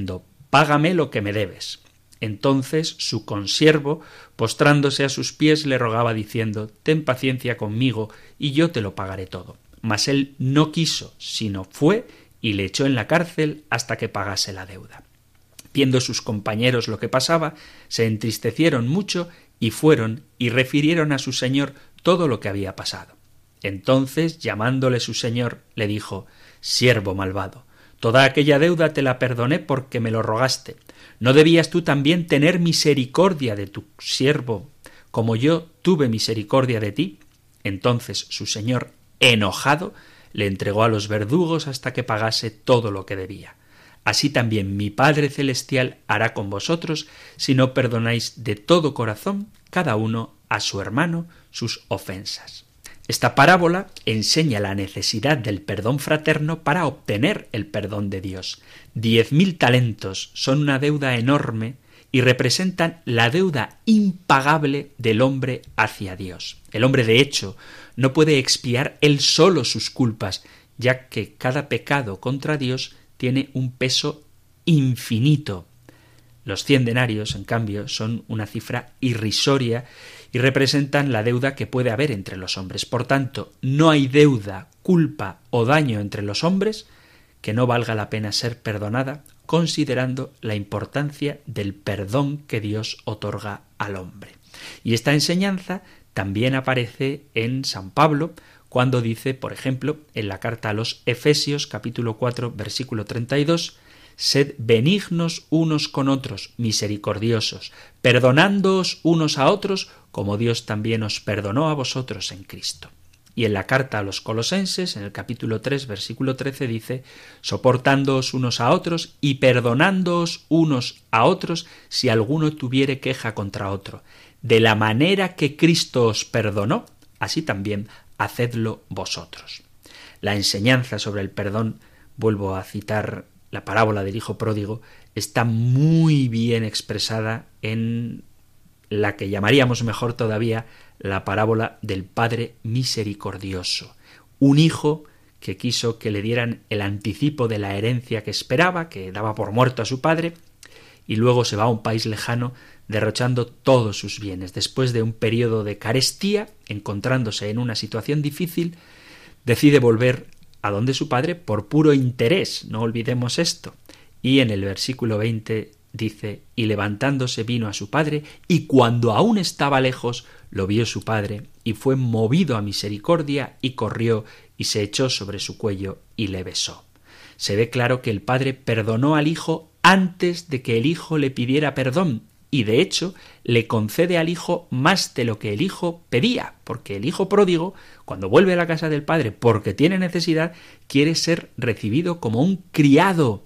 págame lo que me debes. Entonces su consiervo, postrándose a sus pies, le rogaba diciendo: ten paciencia conmigo y yo te lo pagaré todo. Mas él no quiso, sino fue y le echó en la cárcel hasta que pagase la deuda. Viendo sus compañeros lo que pasaba, se entristecieron mucho y fueron y refirieron a su señor todo lo que había pasado. Entonces, llamándole su señor, le dijo: siervo malvado, toda aquella deuda te la perdoné porque me lo rogaste. ¿No debías tú también tener misericordia de tu siervo, como yo tuve misericordia de ti? Entonces su señor, enojado, le entregó a los verdugos hasta que pagase todo lo que debía. Así también mi Padre Celestial hará con vosotros si no perdonáis de todo corazón cada uno a su hermano sus ofensas. Esta parábola enseña la necesidad del perdón fraterno para obtener el perdón de Dios. 10.000 talentos son una deuda enorme y representan la deuda impagable del hombre hacia Dios. El hombre, de hecho, no puede expiar él solo sus culpas, ya que cada pecado contra Dios tiene un peso infinito. Los 100 denarios, en cambio, son una cifra irrisoria y representan la deuda que puede haber entre los hombres. Por tanto, no hay deuda, culpa o daño entre los hombres que no valga la pena ser perdonada, considerando la importancia del perdón que Dios otorga al hombre. Y esta enseñanza también aparece en San Pablo, cuando dice, por ejemplo, en la carta a los Efesios, capítulo 4, versículo 32, sed benignos unos con otros, misericordiosos, perdonándoos unos a otros, como Dios también os perdonó a vosotros en Cristo. Y en la carta a los Colosenses, en el capítulo 3, versículo 13, dice, soportándoos unos a otros y perdonándoos unos a otros si alguno tuviere queja contra otro. De la manera que Cristo os perdonó, así también hacedlo vosotros. La enseñanza sobre el perdón, vuelvo a citar la parábola del hijo pródigo, está muy bien expresada en la que llamaríamos mejor todavía la parábola del Padre misericordioso. Un hijo que quiso que le dieran el anticipo de la herencia que esperaba, que daba por muerto a su padre, y luego se va a un país lejano derrochando todos sus bienes. Después de un periodo de carestía, encontrándose en una situación difícil, decide volver a donde su padre por puro interés, no olvidemos esto. Y en el versículo 20 dice, y levantándose vino a su padre, y cuando aún estaba lejos, lo vio su padre, y fue movido a misericordia, y corrió, y se echó sobre su cuello, y le besó. Se ve claro que el padre perdonó al hijo antes de que el hijo le pidiera perdón, y de hecho le concede al hijo más de lo que el hijo pedía, porque el hijo pródigo, cuando vuelve a la casa del padre porque tiene necesidad, quiere ser recibido como un criado,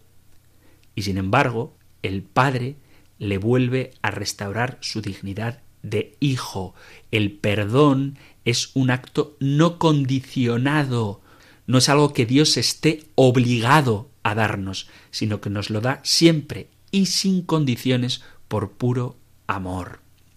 y sin embargo el padre le vuelve a restaurar su dignidad de hijo. El perdón es un acto no condicionado, no es algo que Dios esté obligado a darnos, sino que nos lo da siempre y sin condiciones por puro amor.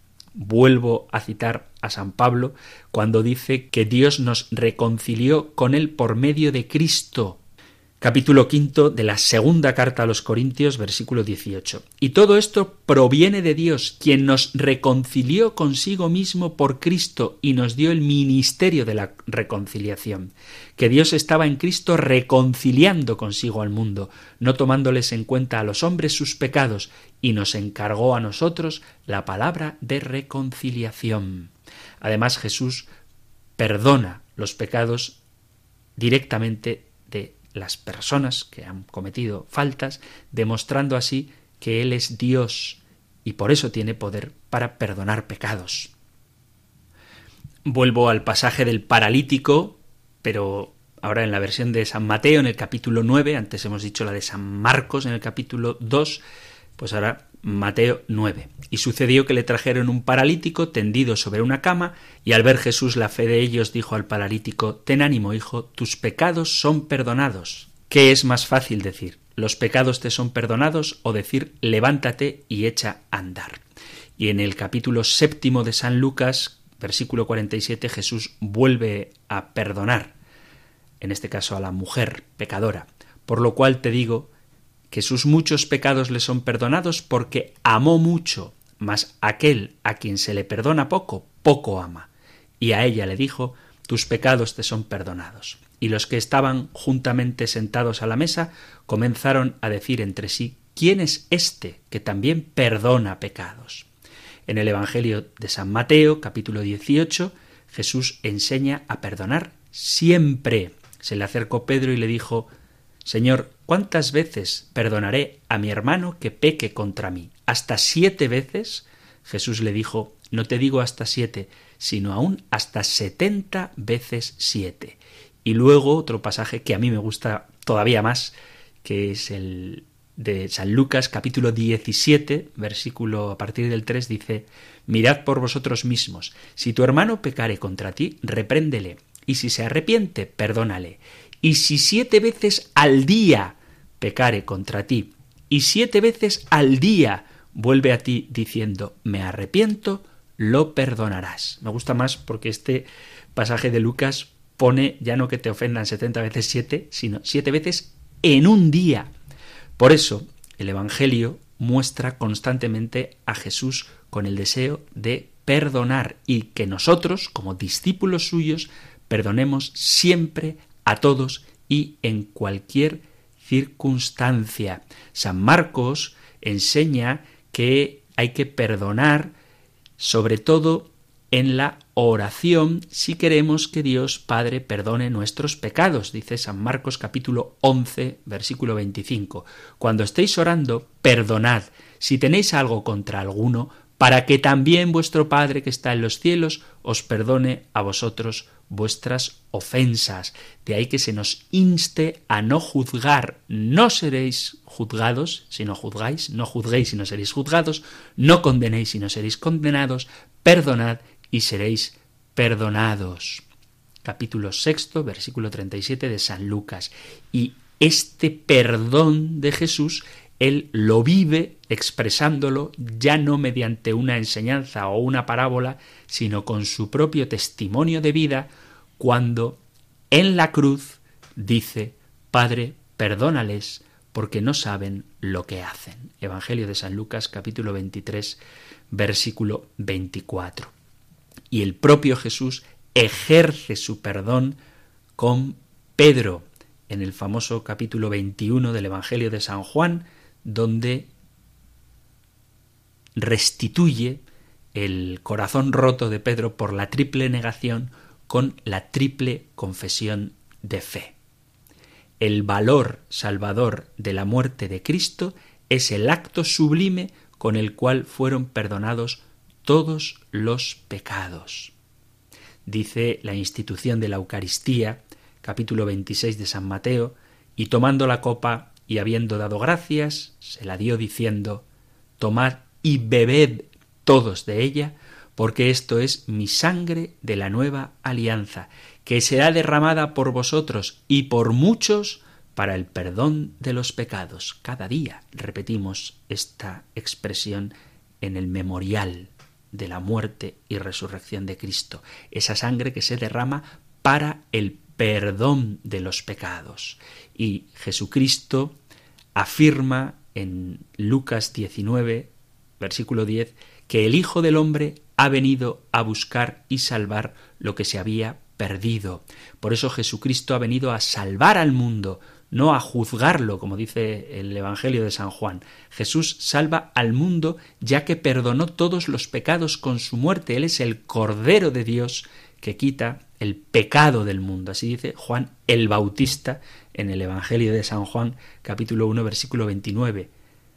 Vuelvo a citar a San Pablo cuando dice que Dios nos reconcilió con él por medio de Cristo. Capítulo 5 de la segunda carta a los Corintios, versículo 18. Y todo esto proviene de Dios, quien nos reconcilió consigo mismo por Cristo y nos dio el ministerio de la reconciliación. Que Dios estaba en Cristo reconciliando consigo al mundo, no tomándoles en cuenta a los hombres sus pecados, y nos encargó a nosotros la palabra de reconciliación. Además, Jesús perdona los pecados directamente de las personas que han cometido faltas, demostrando así que Él es Dios y por eso tiene poder para perdonar pecados. Vuelvo al pasaje del paralítico, pero ahora en la versión de San Mateo, en el capítulo 9, antes hemos dicho la de San Marcos en el capítulo 2, pues ahora Mateo 9. Y sucedió que le trajeron un paralítico tendido sobre una cama, y al ver Jesús la fe de ellos, dijo al paralítico, ten ánimo, hijo, tus pecados son perdonados. ¿Qué es más fácil decir? ¿Los pecados te son perdonados? O decir, levántate y echa a andar. Y en el capítulo 7 de San Lucas, versículo 47, Jesús vuelve a perdonar, en este caso a la mujer pecadora. Por lo cual te digo que sus muchos pecados le son perdonados porque amó mucho, mas aquel a quien se le perdona poco, poco ama. Y a ella le dijo: tus pecados te son perdonados. Y los que estaban juntamente sentados a la mesa comenzaron a decir entre sí: ¿quién es este que también perdona pecados? En el Evangelio de San Mateo, capítulo 18, Jesús enseña a perdonar siempre. Se le acercó Pedro y le dijo: Señor, ¿cuántas veces perdonaré a mi hermano que peque contra mí? ¿Hasta 7 veces? Jesús le dijo: no te digo hasta 7, sino aún hasta 70 veces 7. Y luego otro pasaje que a mí me gusta todavía más, que es el de San Lucas, capítulo 17, versículo a partir del 3, dice: mirad por vosotros mismos, si tu hermano pecare contra ti, repréndele, y si se arrepiente, perdónale. Y si 7 veces al día pecare contra ti, y 7 veces al día vuelve a ti diciendo: me arrepiento, lo perdonarás. Me gusta más porque este pasaje de Lucas pone ya no que te ofendan 70 veces 7, sino 7 veces en un día. Por eso el Evangelio muestra constantemente a Jesús con el deseo de perdonar y que nosotros, como discípulos suyos, perdonemos siempre a todos y en cualquier circunstancia. San Marcos enseña que hay que perdonar sobre todo en la oración si queremos que Dios Padre perdone nuestros pecados. Dice San Marcos capítulo 11, versículo 25. Cuando estéis orando, perdonad si tenéis algo contra alguno, para que también vuestro Padre que está en los cielos os perdone a vosotros vuestras ofensas. De ahí que se nos inste a no juzgar. No seréis juzgados si no juzgáis, no juzguéis si no seréis juzgados, no condenéis si no seréis condenados, perdonad y seréis perdonados. Capítulo 6, versículo 37 de San Lucas. Y este perdón de Jesús, Él lo vive expresándolo ya no mediante una enseñanza o una parábola, sino con su propio testimonio de vida, cuando en la cruz dice: Padre, perdónales, porque no saben lo que hacen. Evangelio de San Lucas, capítulo 23, versículo 24. Y el propio Jesús ejerce su perdón con Pedro, en el famoso capítulo 21 del Evangelio de San Juan, donde restituye el corazón roto de Pedro por la triple negación con la triple confesión de fe. El valor salvador de la muerte de Cristo es el acto sublime con el cual fueron perdonados todos los pecados. Dice la institución de la Eucaristía, capítulo 26 de San Mateo: y tomando la copa y habiendo dado gracias, se la dio diciendo: tomad y bebed todos de ella, porque esto es mi sangre de la nueva alianza, que será derramada por vosotros y por muchos para el perdón de los pecados. Cada día repetimos esta expresión en el memorial de la muerte y resurrección de Cristo, esa sangre que se derrama para el perdón de los pecados. Y Jesucristo afirma en Lucas 19, versículo 10, que el Hijo del Hombre ha venido a buscar y salvar lo que se había perdido. Por eso Jesucristo ha venido a salvar al mundo, no a juzgarlo, como dice el Evangelio de San Juan. Jesús salva al mundo ya que perdonó todos los pecados con su muerte. Él es el Cordero de Dios que quita el pecado del mundo. Así dice Juan el Bautista en el Evangelio de San Juan, capítulo 1, versículo 29.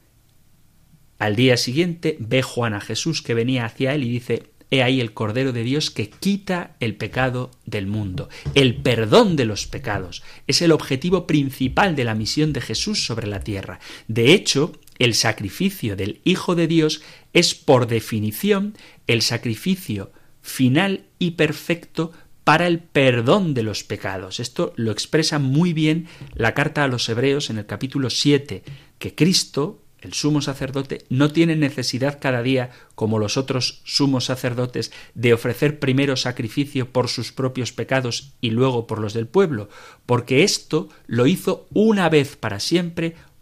Al día siguiente ve Juan a Jesús que venía hacia él y dice: he ahí el Cordero de Dios que quita el pecado del mundo. El perdón de los pecados es el objetivo principal de la misión de Jesús sobre la tierra. De hecho, el sacrificio del Hijo de Dios es, por definición, el sacrificio final y perfecto para el perdón de los pecados. Esto lo expresa muy bien la carta a los Hebreos en el capítulo 7, que Cristo, el sumo sacerdote, no tiene necesidad cada día, como los otros sumos sacerdotes, de ofrecer primero sacrificio por sus propios pecados y luego por los del pueblo, porque esto lo hizo una vez para siempre,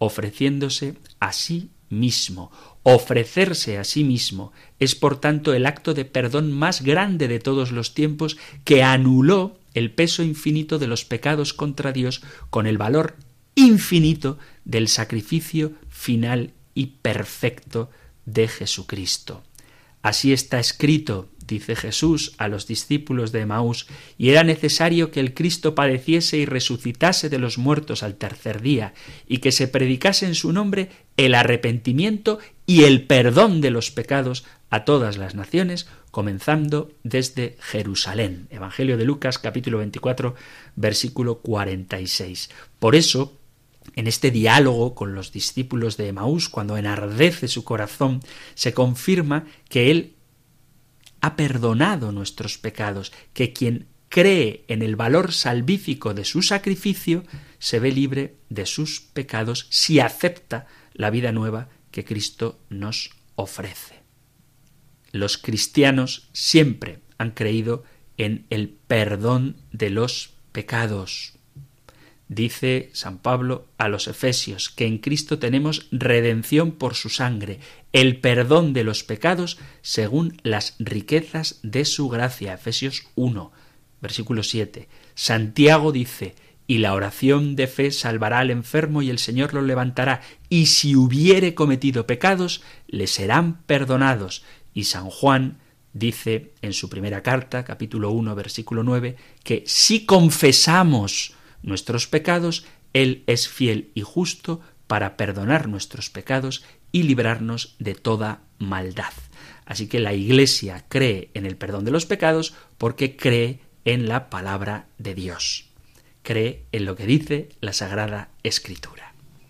ofreciéndose a sí mismo. Ofrecerse a sí mismo es, por tanto, el acto de perdón más grande de todos los tiempos, que anuló el peso infinito de los pecados contra Dios con el valor infinito del sacrificio final y perfecto de Jesucristo. Así está escrito, dice Jesús a los discípulos de Emaús, y era necesario que el Cristo padeciese y resucitase de los muertos al tercer día, y que se predicase en su nombre el arrepentimiento y el perdón de los pecados a todas las naciones, comenzando desde Jerusalén. Evangelio de Lucas, capítulo 24, versículo 46. Por eso, en este diálogo con los discípulos de Emaús, cuando enardece su corazón, se confirma que Él ha perdonado nuestros pecados, que quien cree en el valor salvífico de su sacrificio se ve libre de sus pecados si acepta la vida nueva que Cristo nos ofrece. Los cristianos siempre han creído en el perdón de los pecados. Dice San Pablo a los Efesios que en Cristo tenemos redención por su sangre, el perdón de los pecados según las riquezas de su gracia. Efesios 1, versículo 7. Santiago dice: y la oración de fe salvará al enfermo y el Señor lo levantará, y si hubiere cometido pecados, le serán perdonados. Y San Juan dice en su primera carta, capítulo 1, versículo 9, que si confesamos nuestros pecados, Él es fiel y justo para perdonar nuestros pecados y librarnos de toda maldad. Así que la Iglesia cree en el perdón de los pecados porque cree en la palabra de Dios. Cree en lo que dice la Sagrada Escritura.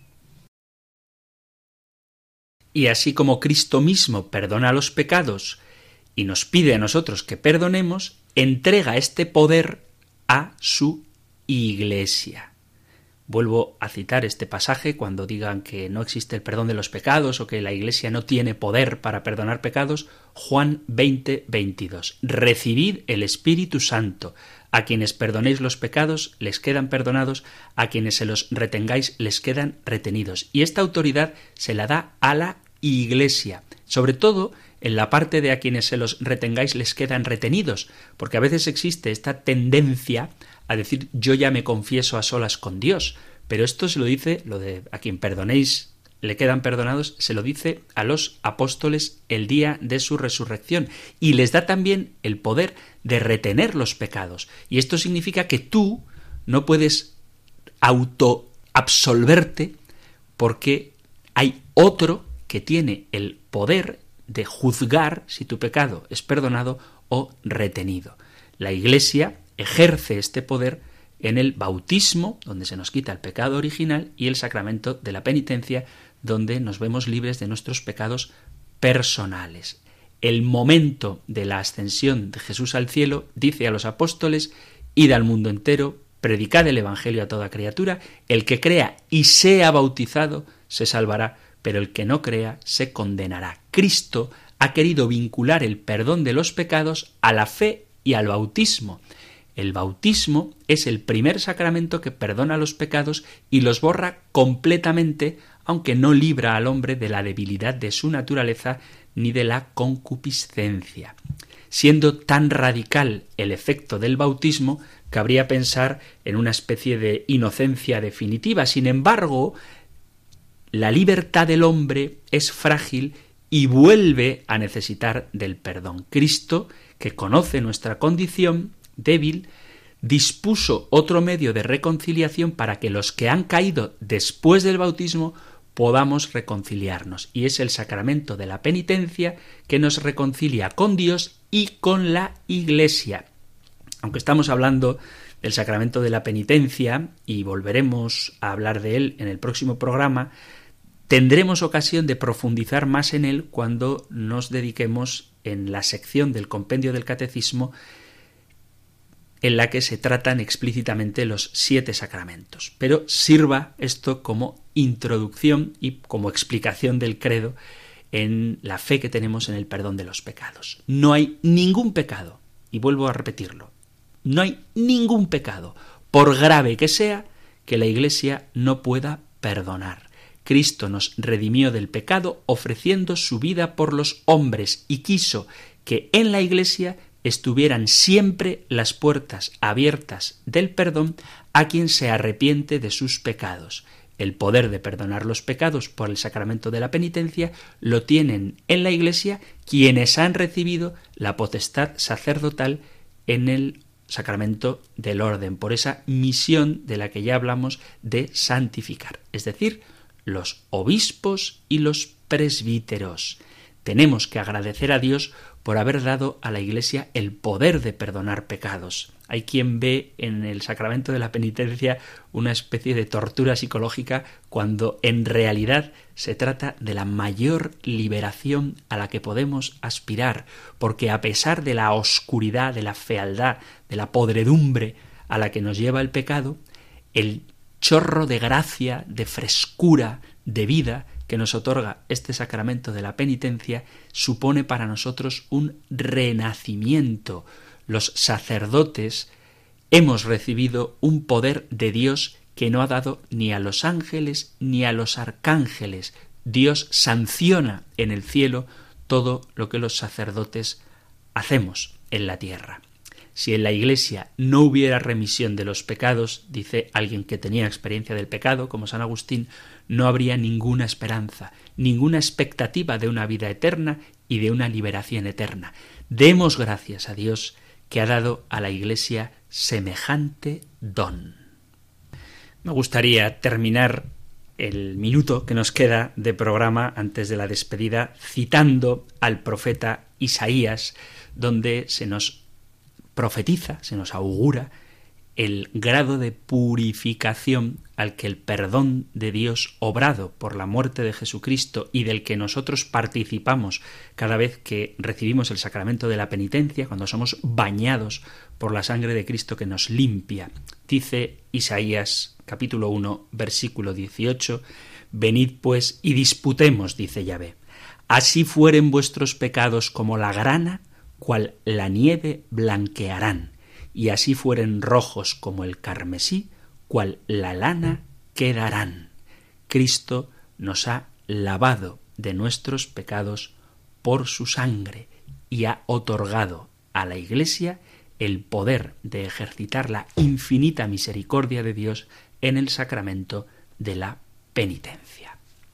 Y así como Cristo mismo perdona los pecados y nos pide a nosotros que perdonemos, entrega este poder a su Iglesia. Vuelvo a citar este pasaje cuando digan que no existe el perdón de los pecados o que la Iglesia no tiene poder para perdonar pecados. Juan 20, 22. Recibid el Espíritu Santo. A quienes perdonéis los pecados les quedan perdonados, a quienes se los retengáis les quedan retenidos. Y esta autoridad se la da a la Iglesia, sobre todo en la parte de a quienes se los retengáis les quedan retenidos, porque a veces existe esta tendencia a decir yo ya me confieso a solas con Dios, pero esto se lo dice, lo de a quien perdonéis le quedan perdonados, se lo dice a los apóstoles el día de su resurrección, y les da también el poder de retener los pecados. Y esto significa que tú no puedes autoabsolverte porque hay otro que tiene el poder de juzgar si tu pecado es perdonado o retenido. La Iglesia ejerce este poder en el bautismo, donde se nos quita el pecado original, y el sacramento de la penitencia, donde nos vemos libres de nuestros pecados personales. El momento de la ascensión de Jesús al cielo dice a los apóstoles: id al mundo entero, predicad el Evangelio a toda criatura, el que crea y sea bautizado se salvará, pero el que no crea se condenará. Cristo ha querido vincular el perdón de los pecados a la fe y al bautismo. El bautismo es el primer sacramento que perdona los pecados y los borra completamente, aunque no libra al hombre de la debilidad de su naturaleza ni de la concupiscencia. Siendo tan radical el efecto del bautismo, cabría pensar en una especie de inocencia definitiva. Sin embargo, la libertad del hombre es frágil y vuelve a necesitar del perdón. Cristo, que conoce nuestra condición débil, dispuso otro medio de reconciliación para que los que han caído después del bautismo podamos reconciliarnos, y es el sacramento de la penitencia que nos reconcilia con Dios y con la Iglesia. Aunque estamos hablando del sacramento de la penitencia y volveremos a hablar de él en el próximo programa, tendremos ocasión de profundizar más en él cuando nos dediquemos en la sección del compendio del Catecismo en la que se tratan explícitamente los 7 sacramentos. Pero sirva esto como introducción y como explicación del credo en la fe que tenemos en el perdón de los pecados. No hay ningún pecado, y vuelvo a repetirlo, no hay ningún pecado, por grave que sea, que la Iglesia no pueda perdonar. Cristo nos redimió del pecado ofreciendo su vida por los hombres y quiso que en la Iglesia estuvieran siempre las puertas abiertas del perdón a quien se arrepiente de sus pecados. El poder de perdonar los pecados por el sacramento de la penitencia lo tienen en la Iglesia quienes han recibido la potestad sacerdotal en el sacramento del orden, por esa misión de la que ya hablamos de santificar, es decir, los obispos y los presbíteros. Tenemos que agradecer a Dios por haber dado a la Iglesia el poder de perdonar pecados. Hay quien ve en el sacramento de la penitencia una especie de tortura psicológica cuando en realidad se trata de la mayor liberación a la que podemos aspirar, porque a pesar de la oscuridad, de la fealdad, de la podredumbre a la que nos lleva el pecado, el chorro de gracia, de frescura, de vida que nos otorga este sacramento de la penitencia supone para nosotros un renacimiento. Los sacerdotes hemos recibido un poder de Dios que no ha dado ni a los ángeles ni a los arcángeles. Dios sanciona en el cielo todo lo que los sacerdotes hacemos en la tierra. Si en la Iglesia no hubiera remisión de los pecados, dice alguien que tenía experiencia del pecado, como San Agustín, no habría ninguna esperanza, ninguna expectativa de una vida eterna y de una liberación eterna. Demos gracias a Dios que ha dado a la Iglesia semejante don. Me gustaría terminar el minuto que nos queda de programa antes de la despedida citando al profeta Isaías, donde se nos profetiza, se nos augura el grado de purificación al que el perdón de Dios obrado por la muerte de Jesucristo y del que nosotros participamos cada vez que recibimos el sacramento de la penitencia, cuando somos bañados por la sangre de Cristo que nos limpia. Dice Isaías capítulo 1 versículo 18: Venid pues y disputemos, dice Yahvé. Así fueren vuestros pecados como la grana, cual la nieve blanquearán, y así fueren rojos como el carmesí, cual la lana quedarán. Cristo nos ha lavado de nuestros pecados por su sangre y ha otorgado a la Iglesia el poder de ejercitar la infinita misericordia de Dios en el sacramento de la penitencia.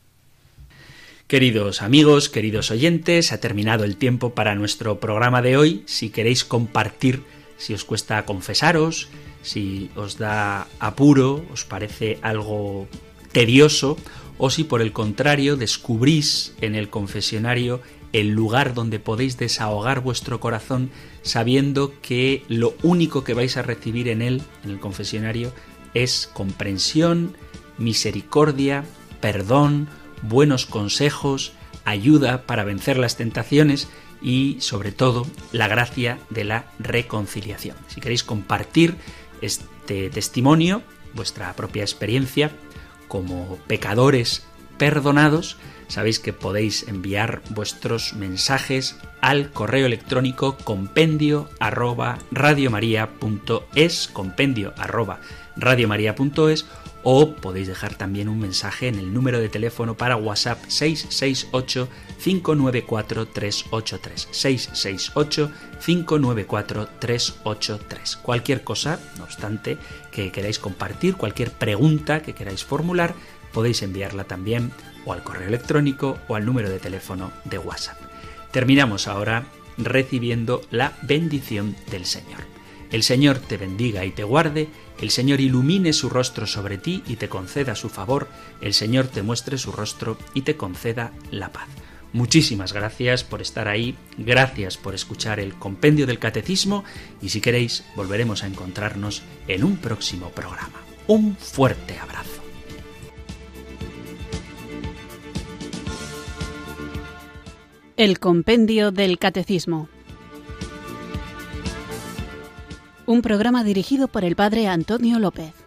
Queridos amigos, queridos oyentes, ha terminado el tiempo para nuestro programa de hoy. Si queréis compartir, si os cuesta confesaros, si os da apuro, os parece algo tedioso, o si por el contrario descubrís en el confesionario el lugar donde podéis desahogar vuestro corazón sabiendo que lo único que vais a recibir en él, en el confesionario, es comprensión, misericordia, perdón, buenos consejos, ayuda para vencer las tentaciones y, sobre todo, la gracia de la reconciliación. Si queréis compartir este testimonio, vuestra propia experiencia como pecadores perdonados, sabéis que podéis enviar vuestros mensajes al correo electrónico compendio@radiomaria.es, compendio@radiomaria.es, o podéis dejar también un mensaje en el número de teléfono para WhatsApp 668-594-383. 668-594-383. Cualquier cosa, no obstante, que queráis compartir, cualquier pregunta que queráis formular, podéis enviarla también o al correo electrónico o al número de teléfono de WhatsApp. Terminamos ahora recibiendo la bendición del Señor. El Señor te bendiga y te guarde, el Señor ilumine su rostro sobre ti y te conceda su favor, el Señor te muestre su rostro y te conceda la paz. Muchísimas gracias por estar ahí, gracias por escuchar el Compendio del Catecismo y si queréis volveremos a encontrarnos en un próximo programa. Un fuerte abrazo. El Compendio del Catecismo. Un programa dirigido por el Padre Antonio López.